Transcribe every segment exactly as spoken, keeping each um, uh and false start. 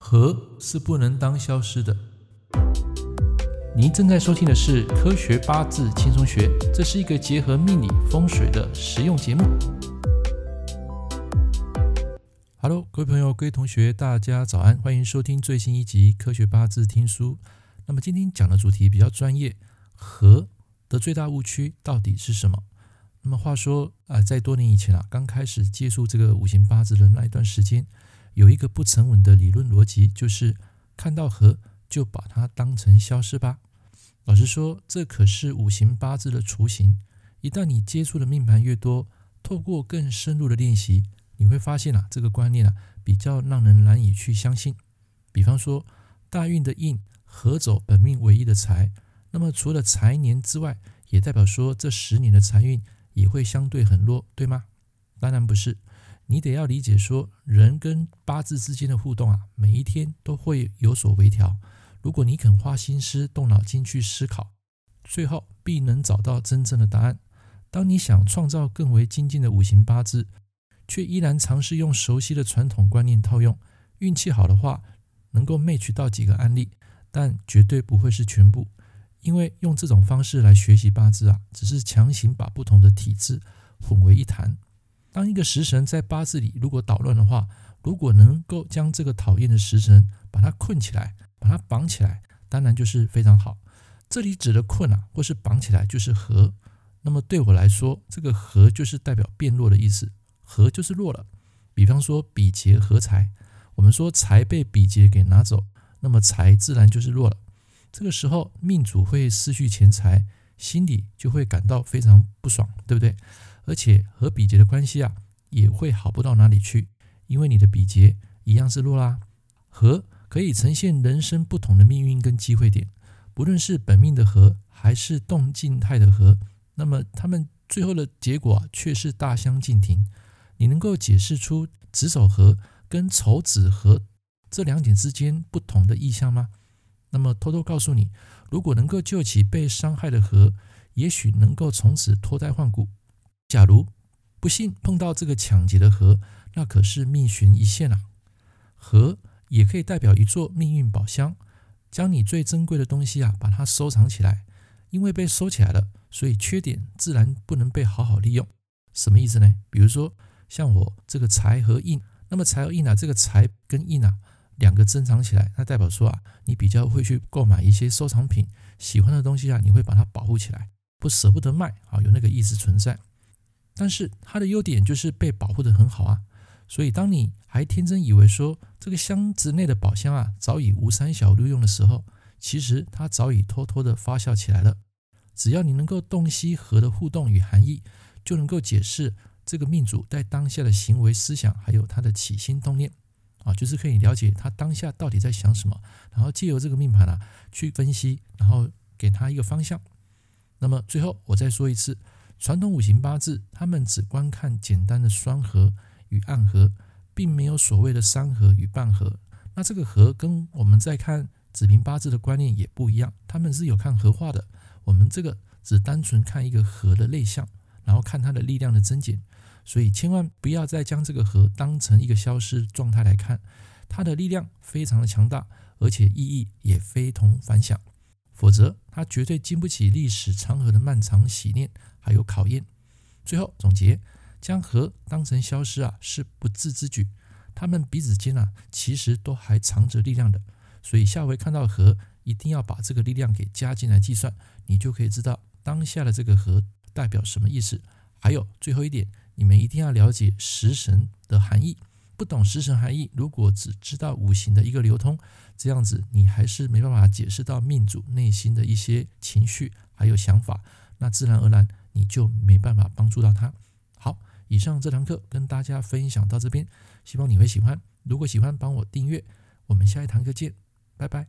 和是不能当消失的。您正在收听的是科学八字轻松学，这是一个结合命理风水的实用节目。Hello， 各位朋友、各位同学，大家早安，欢迎收听最新一集科学八字听书。那么今天讲的主题比较专业，和的最大误区到底是什么？那么话说啊，在多年以前啊，刚开始接触这个五行八字的那一段时间，有一个不成文的理论逻辑，就是看到和就把它当成消失吧。老实说，这可是五行八字的雏形。一旦你接触的命盘越多，透过更深入的练习，你会发现啊，这个观念啊比较让人难以去相信。比方说，大运的印合走本命唯一的财，那么除了财年之外，也代表说这十年的财运也会相对很弱，对吗？当然不是。你得要理解说，人跟八字之间的互动啊，每一天都会有所微调。如果你肯花心思动脑筋去思考，最后必能找到真正的答案。当你想创造更为精进的五行八字，却依然尝试用熟悉的传统观念套用，运气好的话能够 match 到几个案例，但绝对不会是全部。因为用这种方式来学习八字啊，只是强行把不同的体质混为一谈。当一个食神在八字里如果捣乱的话，如果能够将这个讨厌的食神把它困起来，把它绑起来，当然就是非常好。这里指的困啊，或是绑起来就是和。那么对我来说，这个和就是代表变弱的意思，和就是弱了。比方说比劫合财，我们说财被比劫给拿走，那么财自然就是弱了。这个时候命主会失去钱财，心里就会感到非常不爽，对不对？而且和比劫的关系啊，也会好不到哪里去，因为你的比劫一样是弱啦。和可以呈现人生不同的命运跟机会点，不论是本命的和还是动静态的和，那么他们最后的结果啊，却是大相径庭。你能够解释出子丑合跟丑子合这两点之间不同的意象吗？那么偷偷告诉你，如果能够救起被伤害的和，也许能够从此脱胎换骨。假如不幸碰到这个抢劫的和，那可是命悬一线啊。和也可以代表一座命运宝箱，将你最珍贵的东西啊，把它收藏起来。因为被收起来了，所以缺点自然不能被好好利用。什么意思呢？比如说像我这个财和印，那么财和印啊，这个财跟印啊两个珍藏起来，那代表说啊，你比较会去购买一些收藏品，喜欢的东西啊，你会把它保护起来，不舍不得卖啊，有那个意思存在。但是它的优点就是被保护得很好啊。所以当你还天真以为说这个箱子内的宝箱啊早已无三小六用的时候，其实它早已偷偷的发酵起来了。只要你能够洞悉和的互动与含义，就能够解释这个命主在当下的行为思想，还有他的起心动念啊，就是可以了解他当下到底在想什么，然后借由这个命盘啊去分析，然后给他一个方向。那么最后我再说一次，传统五行八字他们只观看简单的双合与暗合，并没有所谓的三合与半合。那这个合跟我们在看子平八字的观念也不一样，他们是有看合化的，我们这个只单纯看一个合的类象，然后看它的力量的增减。所以千万不要再将这个合当成一个消失状态来看，它的力量非常的强大，而且意义也非同凡响，否则它绝对经不起历史长河的漫长洗练还有考验。最后总结，将和当成消失啊，是不智之举。他们彼此间啊，其实都还藏着力量的。所以下回看到和，一定要把这个力量给加进来计算，你就可以知道当下的这个和代表什么意思。还有最后一点，你们一定要了解食神的含义。不懂食神含义，如果只知道五行的一个流通，这样子你还是没办法解释到命主内心的一些情绪还有想法，那自然而然你就没办法帮助到他。好，以上这堂课跟大家分享到这边，希望你会喜欢。如果喜欢，帮我订阅，我们下一堂课见，拜拜。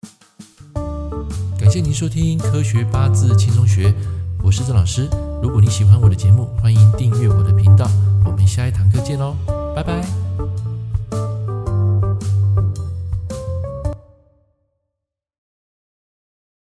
感谢您收听科学八字轻松学，我是郑老师。如果你喜欢我的节目，欢迎订阅我的频道，我们下一堂课见喽，拜拜。